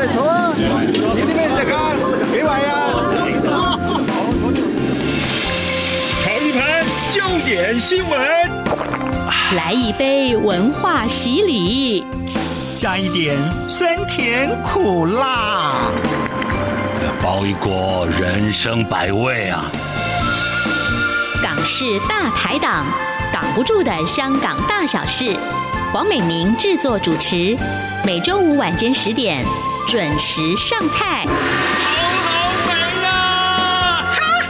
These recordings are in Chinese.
嚟坐啊！有啲咩食啊？幾位啊？ 炒一盘焦点新闻， 来一杯文化洗礼， 加一点酸甜苦辣， 包一锅人生百味啊！ 港式大排档，挡不住的香港大小事。黄美玲制作主持，每周五晚间10点准时上菜。 好美呀！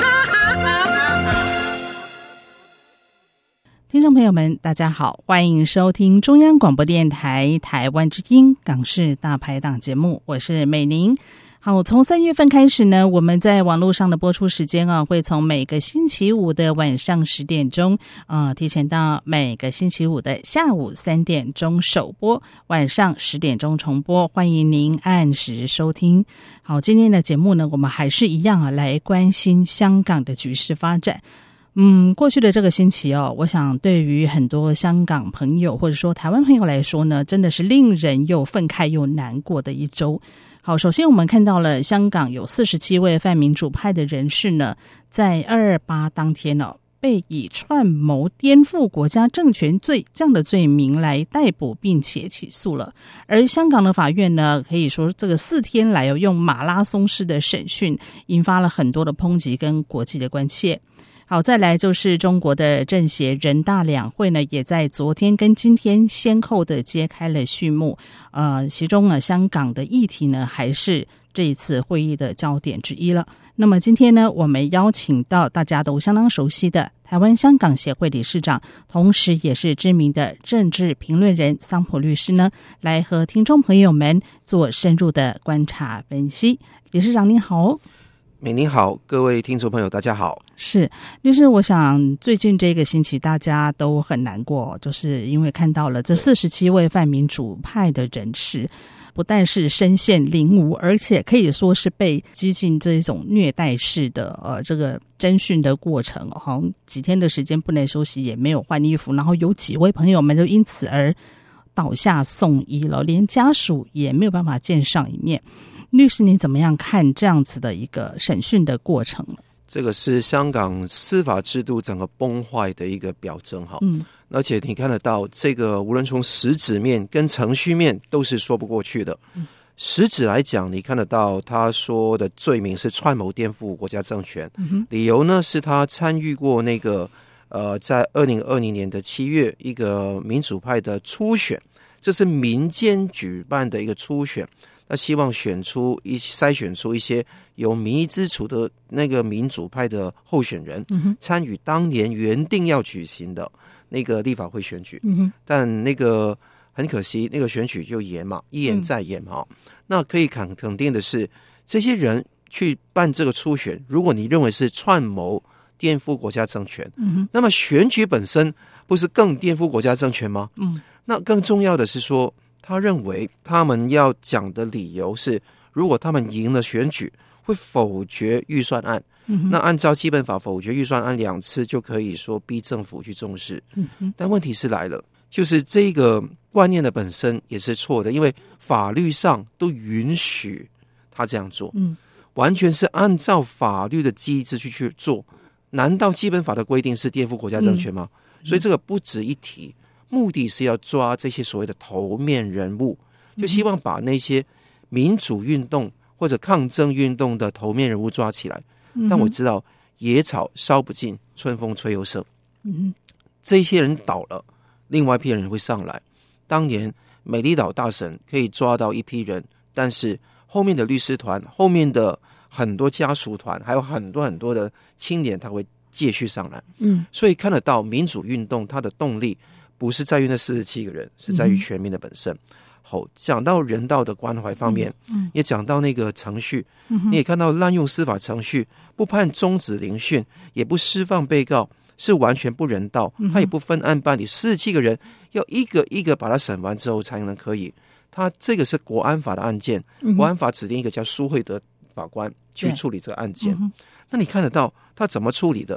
听众朋友们，大家好，欢迎收听中央广播电台台湾之音港式大排档节目，我是美玲。好，从3月份开始呢，我们在网络上的播出时间会从每个星期五的晚上10点钟提前到每个星期五的下午3点钟首播，晚上10点钟重播，欢迎您按时收听。好，今天的节目呢，我们还是一样来关心香港的局势发展。过去的这个星期我想对于很多香港朋友或者说台湾朋友来说呢，真的是令人又愤慨又难过的一周。好，首先我们看到了香港有47位泛民主派的人士呢，在228当天被以串谋颠覆国家政权罪这样的罪名来逮捕并且起诉了。而香港的法院呢，可以说这个4天来用马拉松式的审讯，引发了很多的抨击跟国际的关切。好，再来就是中国的政协人大两会呢，也在昨天跟今天先后的揭开了序幕。其中香港的议题呢，还是这一次会议的焦点之一了。那么今天呢，我们邀请到大家都相当熟悉的台湾香港协会理事长，同时也是知名的政治评论人桑普律师呢，来和听众朋友们做深入的观察分析。理事长您好。 美玲好，各位听众朋友大家好。 是律师，我想最近这个星期大家都很难过，就是因为看到了这47位泛民主派的人士不但是身陷囹圄，而且可以说是被激进这种虐待式的这个侦讯的过程，好像几天的时间不能休息，也没有换衣服，然后有几位朋友们就因此而倒下送医了，连家属也没有办法见上一面。律师，你怎么样看这样子的一个审讯的过程？ 这个是香港司法制度整个崩坏的一个表征而且你看得到这个无论从实质面跟程序面都是说不过去的。实质来讲，你看得到他说的罪名是串谋颠覆国家政权，理由呢是他参与过那个在2020年的7月一个民主派的初选，这是民间举办的一个初选，他希望筛选出一些有民意基础的那个民主派的候选人，参与当年原定要举行的那个立法会选举，但那个很可惜，那个选举就延嘛，一延再延那可以肯定的是，这些人去办这个初选，如果你认为是串谋颠覆国家政权，那么选举本身不是更颠覆国家政权吗？那更重要的是说，他认为他们要讲的理由是，如果他们赢了选举，会否决预算案。那按照基本法，否决预算案2次就可以说逼政府去重视。但问题是来了，就是这个观念的本身也是错的，因为法律上都允许他这样做，完全是按照法律的机制去做。难道基本法的规定是颠覆国家政权吗？所以这个不值一提。目的是要抓这些所谓的头面人物，就希望把那些民主运动或者抗争运动的头面人物抓起来。但我知道野草烧不尽，春风吹又生。这些人倒了，另外一批人会上来。当年美丽岛大审可以抓到一批人，但是后面的律师团，后面的很多家属团，还有很多很多的青年，他会继续上来。所以看得到民主运动它的动力不是在于那47个人，是在于全民的本身。好，讲到人道的关怀方面，也讲到那个程序，你也看到滥用司法程序，不判终止聆讯，也不释放被告，是完全不人道。他也不分案办理，47个人要一个一个把它审完之后才能可以。他这个是国安法的案件，国安法指定一个叫苏慧德法官去处理这个案件。那你看得到他怎么处理的？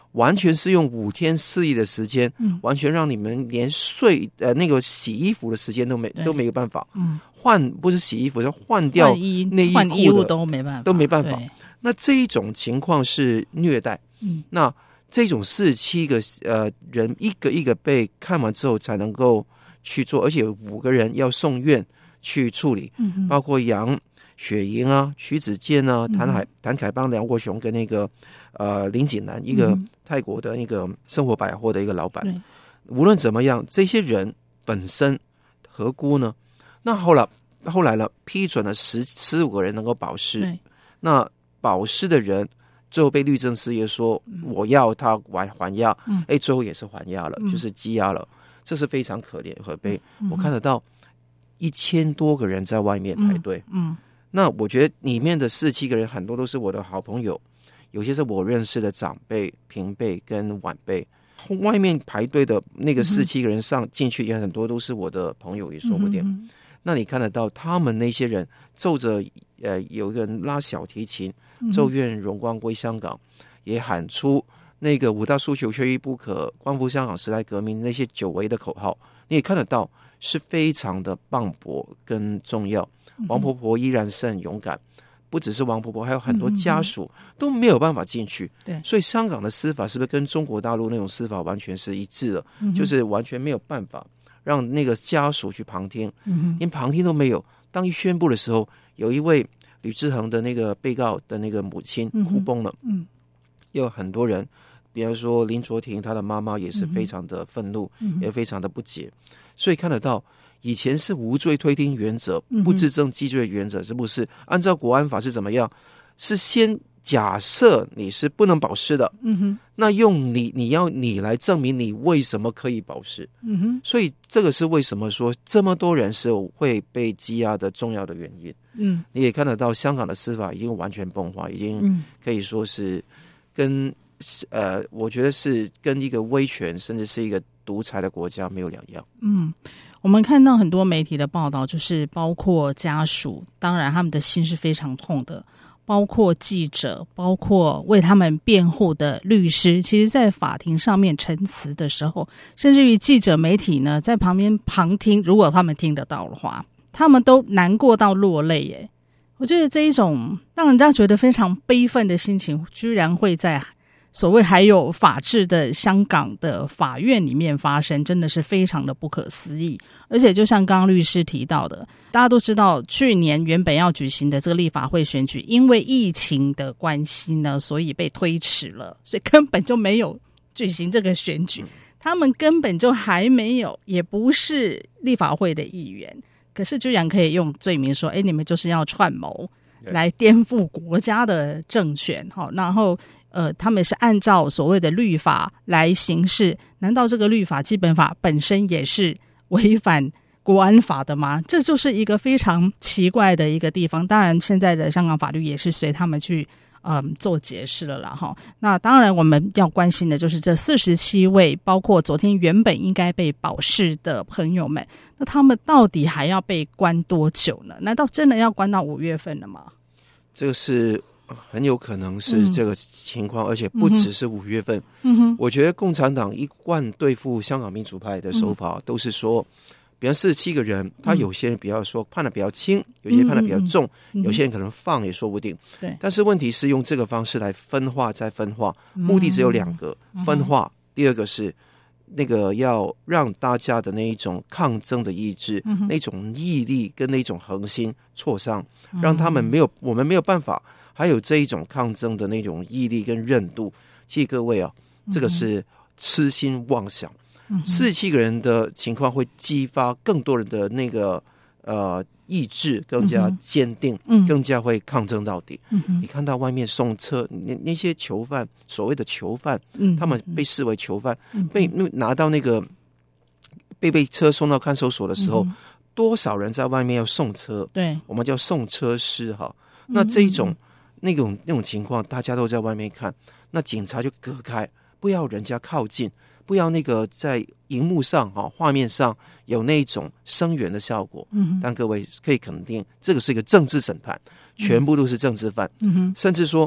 完全是用5天4夜的时间，完全让你们连那个洗衣服的时间都没有办法，不是洗衣服，就换掉内衣裤都没办法， 那这一种情况是虐待，那这种47个人一个一个被看完之后才能够去做，而且5个人要送院去处理，包括杨雪莹啊、徐子健啊、谭凯邦、梁国雄跟那个林锦南，一个泰国的那个生活百货的一个老板。无论怎么样，这些人本身何辜呢？那后来呢，批准了15个人能够保释，那保释的人最后被律政司也说我要他还押，最后也是还押了，就是羁押了，这是非常可怜和悲。我看得到1000多个人在外面排队，那我觉得里面的47个人很多都是我的好朋友，有些是我认识的长辈、平辈跟晚辈。外面排队的那个47个人进去也很多都是我的朋友，也说不定。那你看得到他们那些人奏着有一个人拉小提琴，咒愿荣光归香港，也喊出那个5大诉求缺一不可，光复香港时代革命那些久违的口号，你也看得到是非常的磅礴跟重要。王婆婆依然是很勇敢，不只是王婆婆，还有很多家属都没有办法进去。对，所以香港的司法是不是跟中国大陆那种司法完全是一致的？就是完全没有办法让那个家属去旁听，连旁听都没有。当一宣布的时候，有一位吕志恒的那个被告的那个母亲哭崩了，又有很多人，比方说林卓廷他的妈妈也是非常的愤怒，也非常的不解。所以看得到以前是无罪推定原则，不自证既罪原则，是不是按照国安法是怎么样？是先假设你是不能保释的，那用你来证明你为什么可以保释，所以这个是为什么说这么多人是会被羁押的重要的原因。你也看得到香港的司法已经完全崩坏，已经可以说是跟我觉得是跟一个威权甚至是一个独裁的国家没有两样。 我们看到很多媒体的报道，就是包括家属，当然他们的心是非常痛的，包括记者，包括为他们辩护的律师，其实在法庭上面陈词的时候，甚至于记者媒体呢在旁边旁听，如果他们听得到的话，他们都难过到落泪耶。我觉得这一种让人家觉得非常悲愤的心情，居然会在所谓还有法治的香港的法院里面发生，真的是非常的不可思议。而且就像刚刚律师提到的，大家都知道去年原本要举行的这个立法会选举，因为疫情的关系呢，所以被推迟了，所以根本就没有举行这个选举，他们根本就还没有，也不是立法会的议员，可是居然可以用罪名说你们就是要串谋来颠覆国家的政权，然后他们是按照所谓的律法来行事，难道这个律法基本法本身也是违反国安法的吗？这就是一个非常奇怪的一个地方。当然现在的香港法律也是随他们去做解释了啦齁。那当然我们要关心的就是这47位包括昨天原本应该被保释的朋友们，那他们到底还要被关多久呢？难道真的要关到5月份了吗？ 这个是很有可能是这个情况，而且不只是5月份。我觉得共产党一贯对付香港民主派的手法都是说，比方47个人，他有些人比较说判的比较轻，有些判的比较重，有些人可能放也说不定。对，但是问题是用这个方式来分化再分化，目的只有2个，分化。第二个是那个要让大家的那一种抗争的意志，那种毅力跟那种恒心挫伤，让他们我们没有办法还有这一种抗争的那种毅力跟韧度。其实各位这个是痴心妄想。47个人的情况会激发更多人的那个意志更加坚定，更加会抗争到底。你看到外面送车那些囚犯，所谓的囚犯，他们被视为囚犯，被拿到那个被车送到看守所的时候，多少人在外面要送车？对，我们叫送车师哈。那这一种那种情况，大家都在外面看，那警察就隔开，不要人家靠近。不要那个在荧幕上画面上有那种声援的效果。但各位可以肯定，这个是一个政治审判，全部都是政治犯。甚至说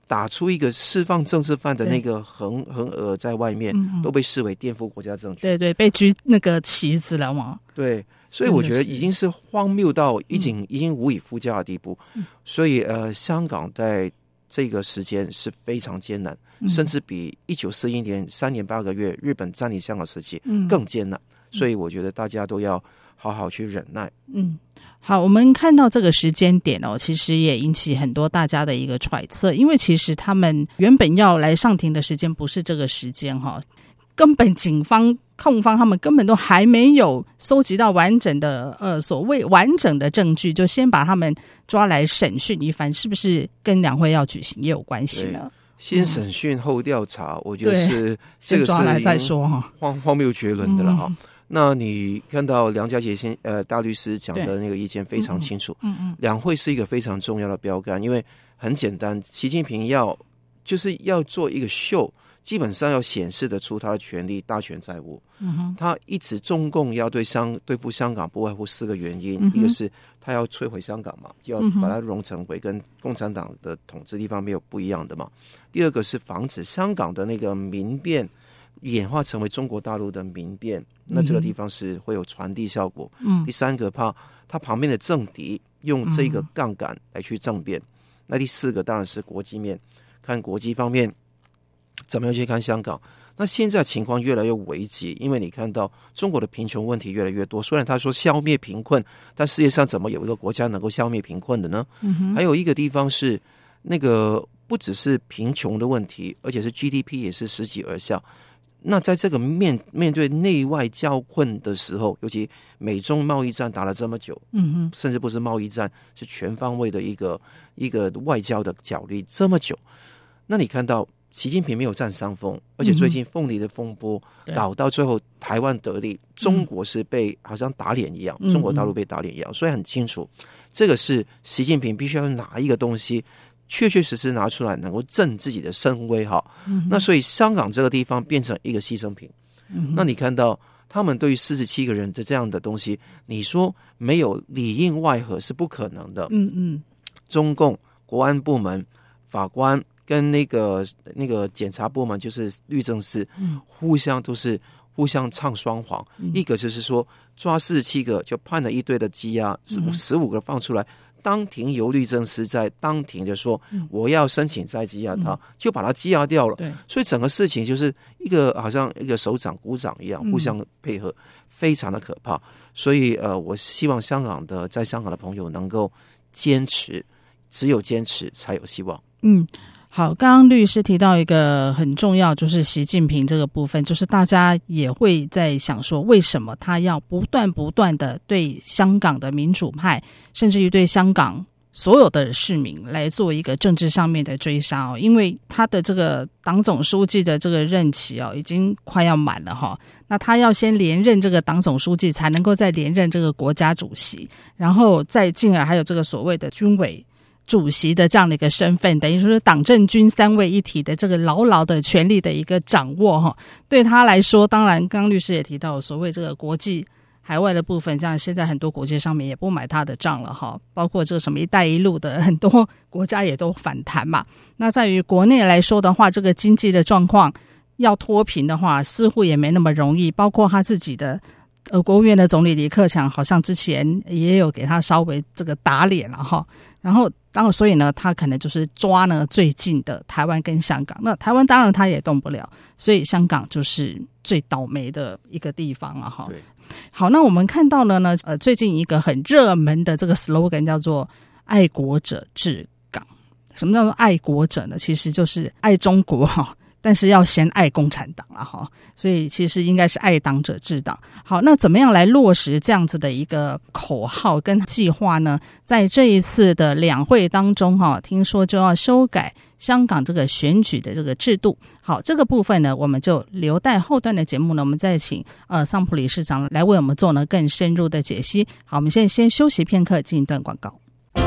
打出一个释放政治犯的那个横额在外面，都被视为颠覆国家政权。 对对，被举那个旗子了嘛。 对，所以我觉得已经是荒谬到已经无以复加的地步。所以香港在这个时间是非常艰难，甚至比1941年3年8个月日本占领香港时期更艰难。所以我觉得大家都要好好去忍耐。 好，我们看到这个时间点其实也引起很多大家的一个揣测，因为其实他们原本要来上庭的时间不是这个时间根本警方控方他们根本都还没有收集到完整的所谓完整的证据，就先把他们抓来审讯一番，是不是跟两会要举行也有关系呢？ 先审讯后调查，我觉得是这个先抓来再说荒谬绝伦的了那你看到梁家杰大律师讲的那个意见非常清楚。两会是一个非常重要的标杆，因为很简单，习近平就是要做一个秀，基本上要显示得出他的权力大权在握。他一直中共要对付香港不外乎4个原因，一个是他要摧毁香港嘛，要把它融成为跟共产党的统治地方没有不一样的嘛。第二个是防止香港的那个民变演化成为中国大陆的民变，那这个地方是会有传递效果。第三个怕他旁边的政敌用这个杠杆来去政变。那第4个当然是国际面，看国际方面怎么样去看香港。那现在情况越来越危急，因为你看到中国的贫穷问题越来越多，虽然他说消灭贫困，但世界上怎么有一个国家能够消灭贫困的呢？还有一个地方是那个不只是贫穷的问题，而且是 GDP 也是拾级而下。那在这个面对内外交困的时候，尤其美中贸易战打了这么久，甚至不是贸易战，是全方位的一个外交的角力这么久，那你看到习近平没有占上风，而且最近凤梨的风波搞到最后台湾得利，中国是被好像打脸一样，中国大陆被打脸一样，所以很清楚，这个是习近平必须要拿一个东西确实拿出来能够振自己的声威那所以香港这个地方变成一个牺牲品。那你看到他们对于47个人的这样的东西，你说没有里应外合是不可能的。中共国安部门、法官跟那个检察部门，就是律政司，互相唱双簧。一个就是说抓47个就判了一堆的羁押，15个放出来，当庭由律政司在当庭就说我要申请再羁押他，就把他羁押掉了。所以整个事情就是好像一个手掌鼓掌一样，互相配合，非常的可怕。所以我希望在香港的朋友能够坚持，只有坚持才有希望。 好，刚刚律师提到一个很重要，就是习近平这个部分，就是大家也会在想说，为什么他要不断的对香港的民主派，甚至于对香港所有的市民来做一个政治上面的追杀因为他的这个党总书记的这个任期已经快要满了那他要先连任这个党总书记，才能够再连任这个国家主席，然后再进而还有这个所谓的军委主席的这样的一个身份，等于说是党政军3位一体的这个牢的权力的一个掌握对他来说，当然刚刚律师也提到所谓这个国际海外的部分，像现在很多国际上面也不买他的账了包括这个什么一带一路的很多国家也都反弹嘛。那在于国内来说的话，这个经济的状况要脱贫的话似乎也没那么容易，包括他自己的国务院的总理李克强好像之前也有给他稍微这个打脸了然后所以呢他可能就是抓最近的台湾跟香港，那台湾当然他也动不了，所以香港就是最倒霉的一个地方了对，好，那我们看到了呢最近一个很热门的这个 slogan 叫做爱国者治港。什么叫做爱国者呢？其实就是爱中国但是要先爱共产党所以其实应该是爱党者治党。好，那怎么样来落实这样子的一个口号跟计划呢？在这一次的两会当中听说就要修改香港这个选举的这个制度。好，这个部分呢我们就留待后段的节目呢，我们再请桑普理事长来为我们做呢更深入的解析。好，我们现在先休息片刻，进一段广告。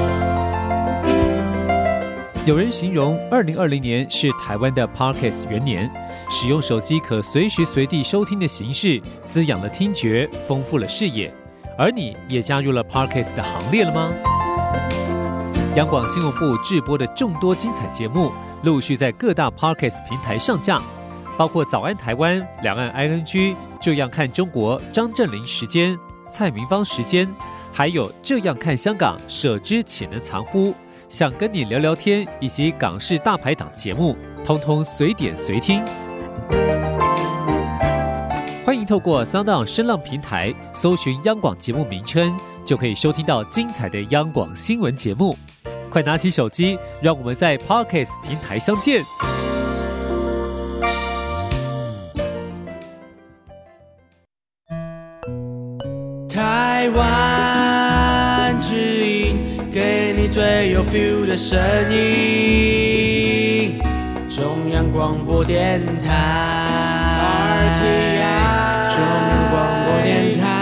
有人形容2020年是台湾的 Podcast 元年，使用手机可随时随地收听的形式滋养了听觉，丰富了视野。而你也加入了 Podcast 的行列了吗？央广新闻部制播的众多精彩节目， 陆续在各大 Podcast 平台上架，包括早安台湾、两岸 ING、这样看中国、张振林时间、蔡明芳时间，还有这样看香港、舍之岂能藏乎，想跟你聊聊天，以及港式大排档节目，通通随点随听。欢迎透过 SoundOn 声浪平台搜寻央广节目名称，就可以收听到精彩的央广新闻节目。快拿起手机，让我们在 Podcast 平台相见。 台湾之音，给你最有 feel 的声音。中央广播电台 RTI， 中央广播电台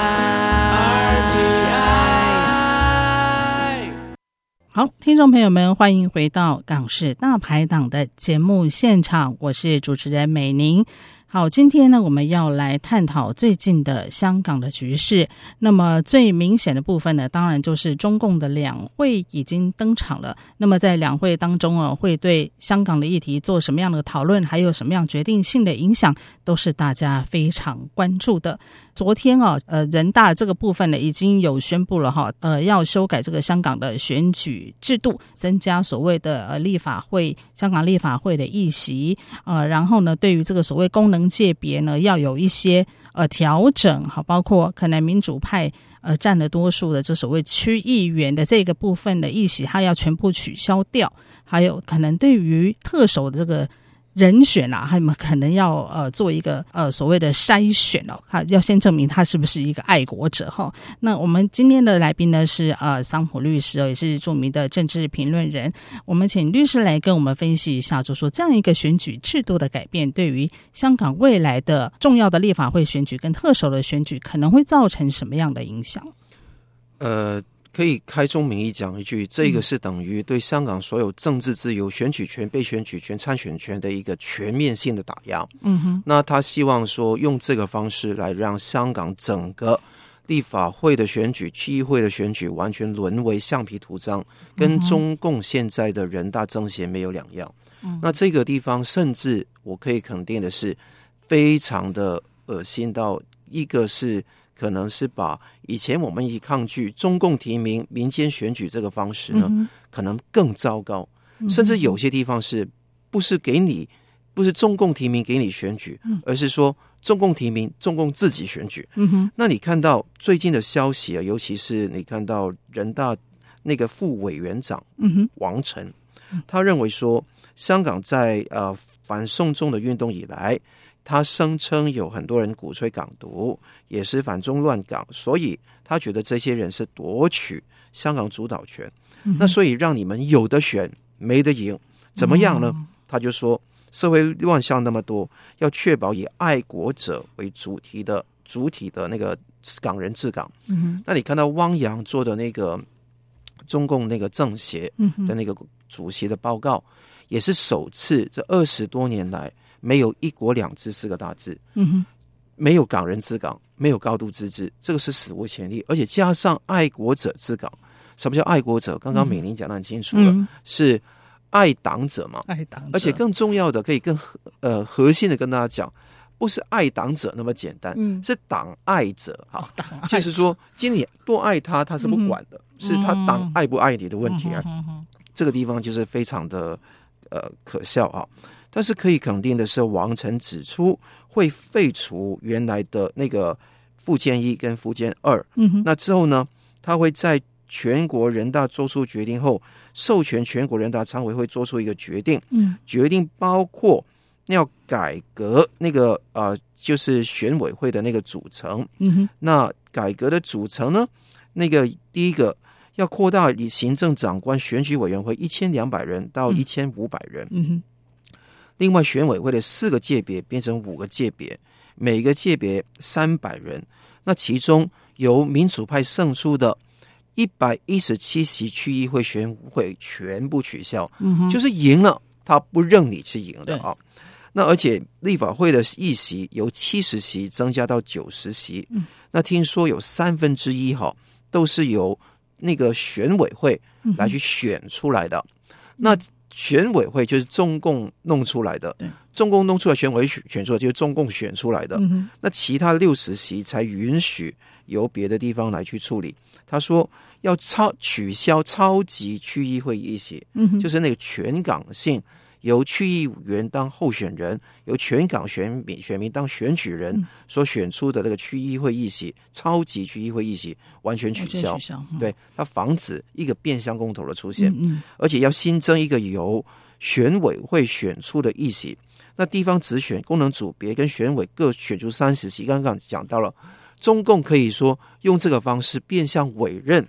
RTI。 好，听众朋友们，欢迎回到港式大排档的节目现场，我是主持人美玲。好，今天呢，我们要来探讨最近的香港的局势。那么最明显的部分呢，当然就是中共的两会已经登场了。那么在两会当中会对香港的议题做什么样的讨论，还有什么样决定性的影响，都是大家非常关注的。昨天人大这个部分呢，已经有宣布了要修改这个香港的选举制度，增加所谓的立法会香港立法会的议席，然后呢，对于这个所谓功能界别呢，要有一些调整，包括可能民主派占了多数的这所谓区议员的这个部分的议席，它要全部取消掉，还有可能对于特首的这个人选他们可能要做一个所谓的筛选要先证明他是不是一个爱国者那我们今天的来宾呢是桑普律师也是著名的政治评论人。我们请律师来跟我们分析一下，就说这样一个选举制度的改变，对于香港未来的重要的立法会选举跟特首的选举，可能会造成什么样的影响？ 可以开宗明义讲一句，这个是等于对香港所有政治自由、选举权、被选举权、参选权的一个全面性的打压。那他希望说用这个方式来让香港整个立法会的选举、区议会的选举完全沦为橡皮图章，跟中共现在的人大政协没有两样。那这个地方甚至我可以肯定的是，非常的恶心到一个是可能是把以前我们以抗拒中共提名民间选举这个方式呢，可能更糟糕。甚至有些地方是不是中共提名给你选举，而是说中共提名中共自己选举。那你看到最近的消息尤其是你看到人大那个副委员长王晨，他认为说香港在反送中的运动以来，他声称有很多人鼓吹港独，也是反中乱港，所以他觉得这些人是夺取香港主导权。那所以让你们有的选没得赢，怎么样呢？他就说社会乱象那么多，要确保以爱国者为主体的那个港人治港。那你看到汪洋做的那个中共那个政协的那个主席的报告，也是首次这20多年来没有一国两制4个大字，没有港人治港，没有高度自治，这个是史无前例。而且加上爱国者治港，什么叫爱国者？刚刚美玲讲得很清楚了，是爱党者嘛，爱党者。而且更重要的，可以更核心的跟大家讲，不是爱党者那么简单，是党爱者。好，就是说今天多爱他是不管的，是他党爱不爱你的问题啊。这个地方就是非常的可笑啊。但是可以肯定的是，王晨指出会废除原来的那个附件1跟附件2。那之后呢，他会在全国人大做出决定后，授权全国人大常委会做出一个决定。决定包括要改革那个就是选委会的那个组成。那改革的组成呢，那个第一个要扩大以行政长官选举委员会1200人到1500人。另外选委会的4个界别变成5个界别，每个界别300人。那其中由民主派胜出的117席区议会选委全部取消，就是赢了他不认你是赢的啊。那而且立法会的议席由70席增加到90席。那听说有1/3都是由那个选委会来去选出来的。那选委会就是中共弄出来的，中共弄出来，选委选出来就是中共选出来的。那其他60席才允许由别的地方来去处理。他说要取消超级区议会议席，就是那个全港性由区议员当候选人，由全港选民当选举人所选出的那个区议会议席，超级区议会议席完全取消。对，它防止一个变相公投的出现，而且要新增一个由选委会选出的议席。那地方直选功能组别跟选委各选出30席，刚刚讲到了，中共可以说用这个方式变相委任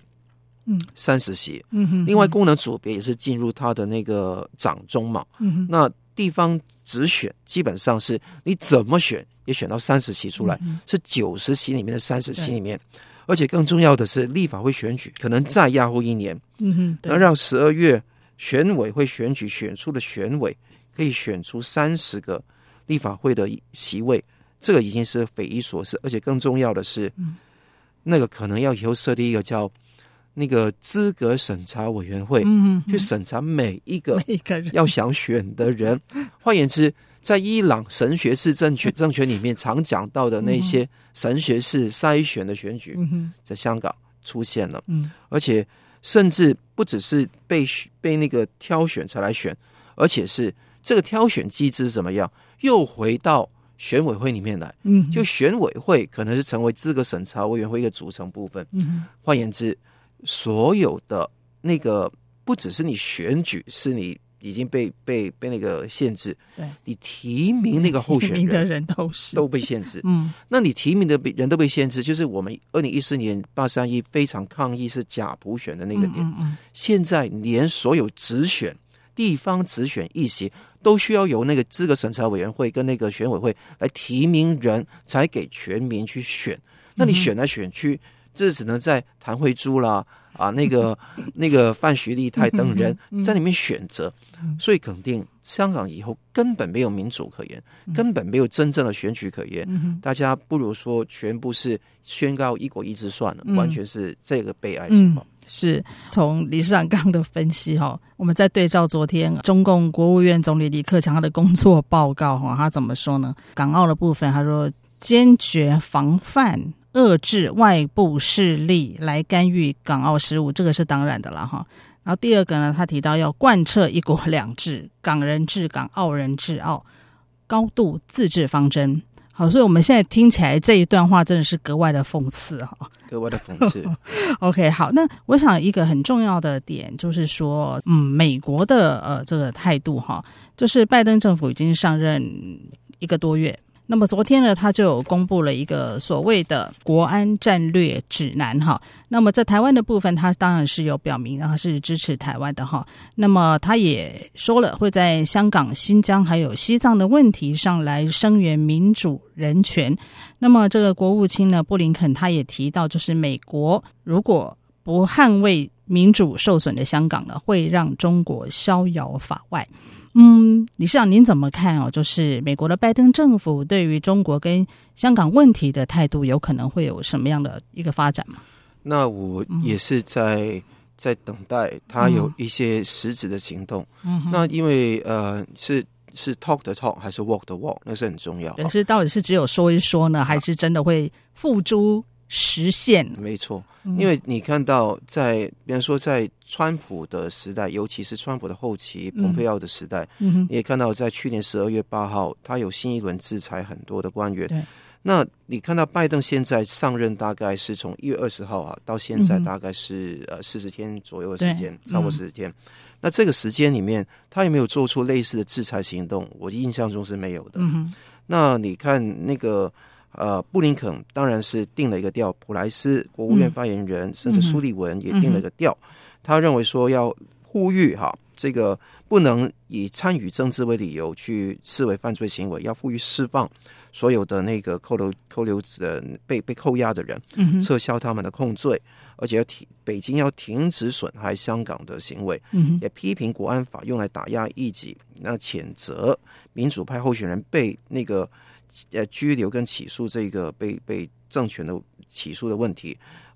30席，另外功能组别也是进入他的那个掌中嘛，那地方直选基本上是你怎么选也选到30席出来，是90席里面的30席里面，而且更重要的是立法会选举可能再压后1年，那让12月选委会选举选出的选委可以选出30个立法会的席位，这个已经是匪夷所思，而且更重要的是，那个可能要以后设立一个叫那个资格审查委员会，去审查每一个要想选的人。换言之，在伊朗神学式政权里面常讲到的那些神学式筛选的选举，在香港出现了，而且甚至不只是被那个挑选才来选，而且是这个挑选机制怎么样，又回到选委会里面来，就选委会可能是成为资格审查委员会一个组成部分。换言之，所有的那个不只是你选举是你已经被那个限制，对，你提名那个候选人的人都被限制。那你提名的人都被限制，就是我们2014年831非常抗议是假普选的那个点。现在连所有直选地方直选议席都需要由那个资格审查委员会跟那个选委会来提名人，才给全民去选。那你选来选去，这只能在谭慧珠啦那个范徐丽泰等人在里面选择，所以肯定香港以后根本没有民主可言，根本没有真正的选举可言。大家不如说全部是宣告一国一制算了，完全是这个悲哀情况。 是从理事长刚刚的分析我们在对照昨天中共国务院总理李克强他的工作报告他怎么说呢？港澳的部分他说坚决防范遏制外部势力来干预港澳事务，这个是当然的啦然后第二个呢，他提到要贯彻一国两制，港人治港，澳人治澳，高度自治方针。好，所以我们现在听起来这一段话真的是格外的讽刺格外的讽刺。 OK， 好，那我想一个很重要的点就是说，美国的这个态度就是拜登政府已经上任1个多月。那么昨天呢，他就有公布了一个所谓的国安战略指南那么在台湾的部分，他当然是有表明他是支持台湾的那么他也说了，会在香港、新疆还有西藏的问题上来声援民主人权。那么这个国务卿呢，布林肯他也提到，就是美国如果不捍卫民主受损的香港呢，会让中国逍遥法外。理事长您怎么看就是美国的拜登政府对于中国跟香港问题的态度有可能会有什么样的一个发展吗？ 那我也是在等待他有一些实质的行动。那因为是 talk the talk 还是 walk the walk， 那是很重要。 可是到底是只有说一说呢，还是真的会付诸实现？ 没错，因为你看到比方说在川普的时代，尤其是川普的后期蓬佩奥的时代，你也看到在去年12月8号他有新一轮制裁很多的官员。对，那你看到拜登现在上任大概是从1月20号到现在大概是40天左右的时间，超过40天。那这个时间里面他有没有做出类似的制裁行动？我印象中是没有的。那你看那个布林肯当然是定了一个调，普莱斯国务院发言人甚至苏利文也定了一个调，他认为说要呼吁这个不能以参与政治为理由去视为犯罪行为，要呼吁释放所有的那个扣留的被扣押的人，撤销他们的控罪，而且北京要停止损害香港的行为，也批评国安法用来打压异己，那谴责民主派候选人被那个拘留跟起诉这个被政权的起诉的问题，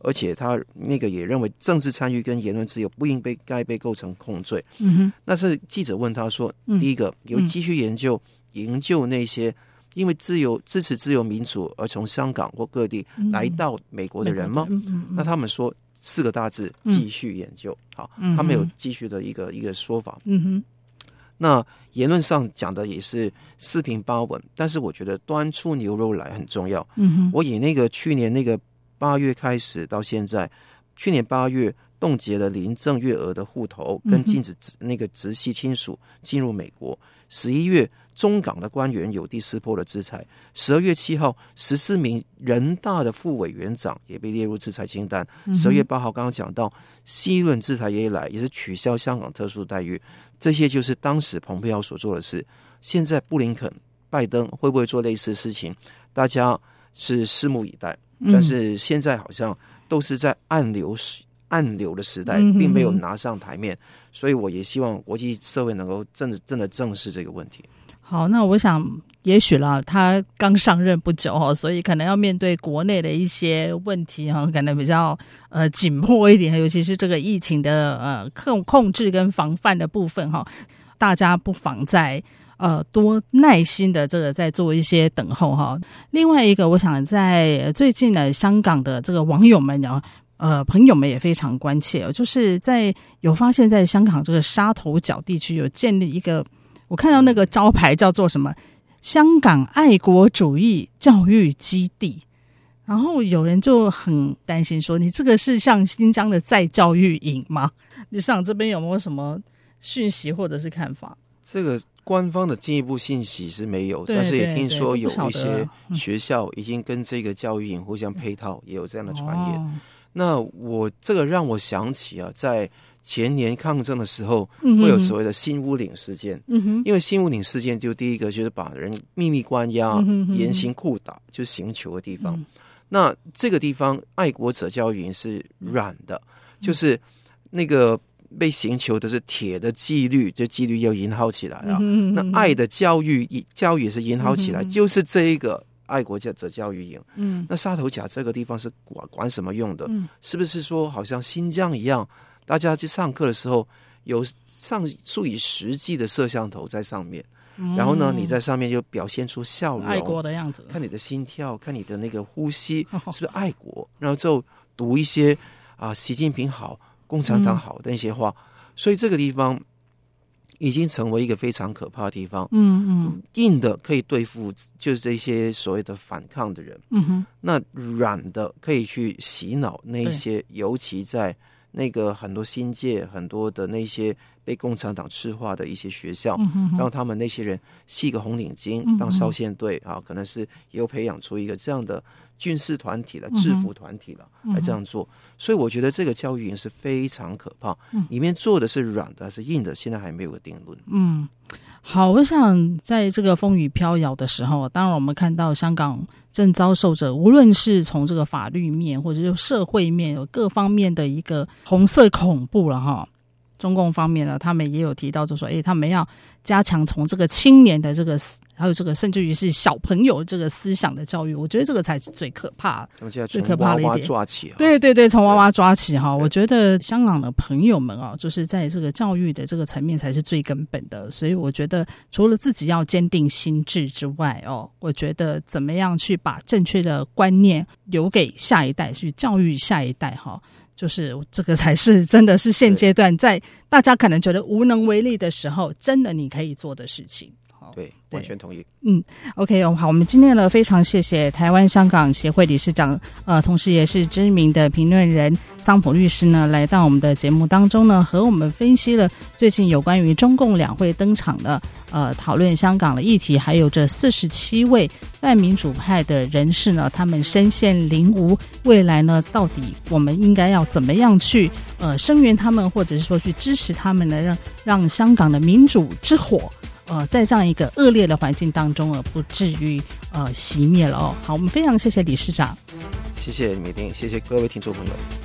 而且他那个也认为政治参与跟言论自由不应该被构成控罪。那是记者问他说，第一个有继续研究那些因为支持自由民主而从香港或各地来到美国的人吗？那他们说4个大字：继续研究。好，他们有继续的一个说法。那言论上讲的也是四平八稳，但是我觉得端出牛肉来很重要。我以那个去年那个8月开始到现在，去年8月冻结了林郑月娥的户头，跟禁止那个直系亲属进入美国。11月中港的官员有第4波的制裁。12月7号，14名人大的副委员长也被列入制裁清单。12月8号刚刚讲到，西轮制裁也来，也是取消香港特殊待遇。这些就是当时蓬佩奥所做的事。现在布林肯、拜登会不会做类似的事情，大家是拭目以待。但是现在好像都是在暗流的时代，并没有拿上台面，所以我也希望国际社会能够真的正视这个问题。 好，那我想也许啦，他刚上任不久所以可能要面对国内的一些问题可能比较紧迫一点，尤其是这个疫情的控制跟防范的部分大家不妨在多耐心的这个在做一些等候另外一个，我想在最近呢，香港的这个网友们朋友们也非常关切就是有发现在香港这个沙头角地区有建立一个，我看到那个招牌叫做什么香港爱国主义教育基地，然后有人就很担心说，你这个是像新疆的再教育营吗？李市长这边有没有什么讯息或者是看法？ 这个官方的进一步信息是没有，但是也听说有一些学校已经跟这个教育营互相配套，也有这样的传言。那这个让我想起在前年抗争的时候，会有所谓的新屋岭事件。因为新屋岭事件就第一个就是把人秘密关押，严刑酷打，就是刑求的地方。那这个地方爱国者教育营是软的，就是那个被刑求的是铁的纪律，这纪律要引好起来那爱的教育也是引好起来，就是这一个爱国者教育营。那沙头角这个地方是管什么用的？是不是说好像新疆一样，大家去上课的时候有数以10计的摄像头在上面，然后呢你在上面就表现出笑容， 爱国的样子， 看你的心跳，看你的那个呼吸是不是爱国，然后就读一些习近平好，共产党好的那些话。所以这个地方已经成为一个非常可怕的地方。硬的可以对付就是这些所谓的反抗的人。那软的可以去洗脑那些，尤其在那个很多新界很多的那些被共产党赤化的一些学校，让他们那些人系个红领巾当少先队可能是也有培养出一个这样的军事团体了，制服团体了，来这样做。所以我觉得这个教育营是非常可怕，里面做的是软的还是硬的，现在还没有个定论。 好，我想在这个风雨飘摇的时候，当然我们看到香港正遭受着无论是从这个法律面或者是社会面有各方面的一个红色恐怖了中共方面呢，他们也有提到就说他们要加强从这个青年的这个还有这个甚至于是小朋友这个思想的教育，我觉得这个才是最可怕最可怕的一点。从娃娃抓起对，从娃娃抓起我觉得香港的朋友们就是在这个教育的这个层面才是最根本的。所以我觉得除了自己要坚定心智之外我觉得怎么样去把正确的观念留给下一代，去教育下一代就是这个才是真的是现阶段在大家可能觉得无能为力的时候，真的你可以做的事情。 对，完全同意。 OK， 好，我们今天呢非常谢谢台湾香港协会理事长，同时也是知名的评论人桑普律师呢，来到我们的节目当中呢，和我们分析了最近有关于中共两会登场的讨论香港的议题，还有这47位泛民主派的人士呢，他们身陷囹圄，未来呢到底我们应该要怎么样去声援他们，或者是说去支持他们呢，让香港的民主之火在这样一个恶劣的环境当中不至于熄灭了好，我们非常谢谢理事长。 谢谢美玲，谢谢各位听众朋友。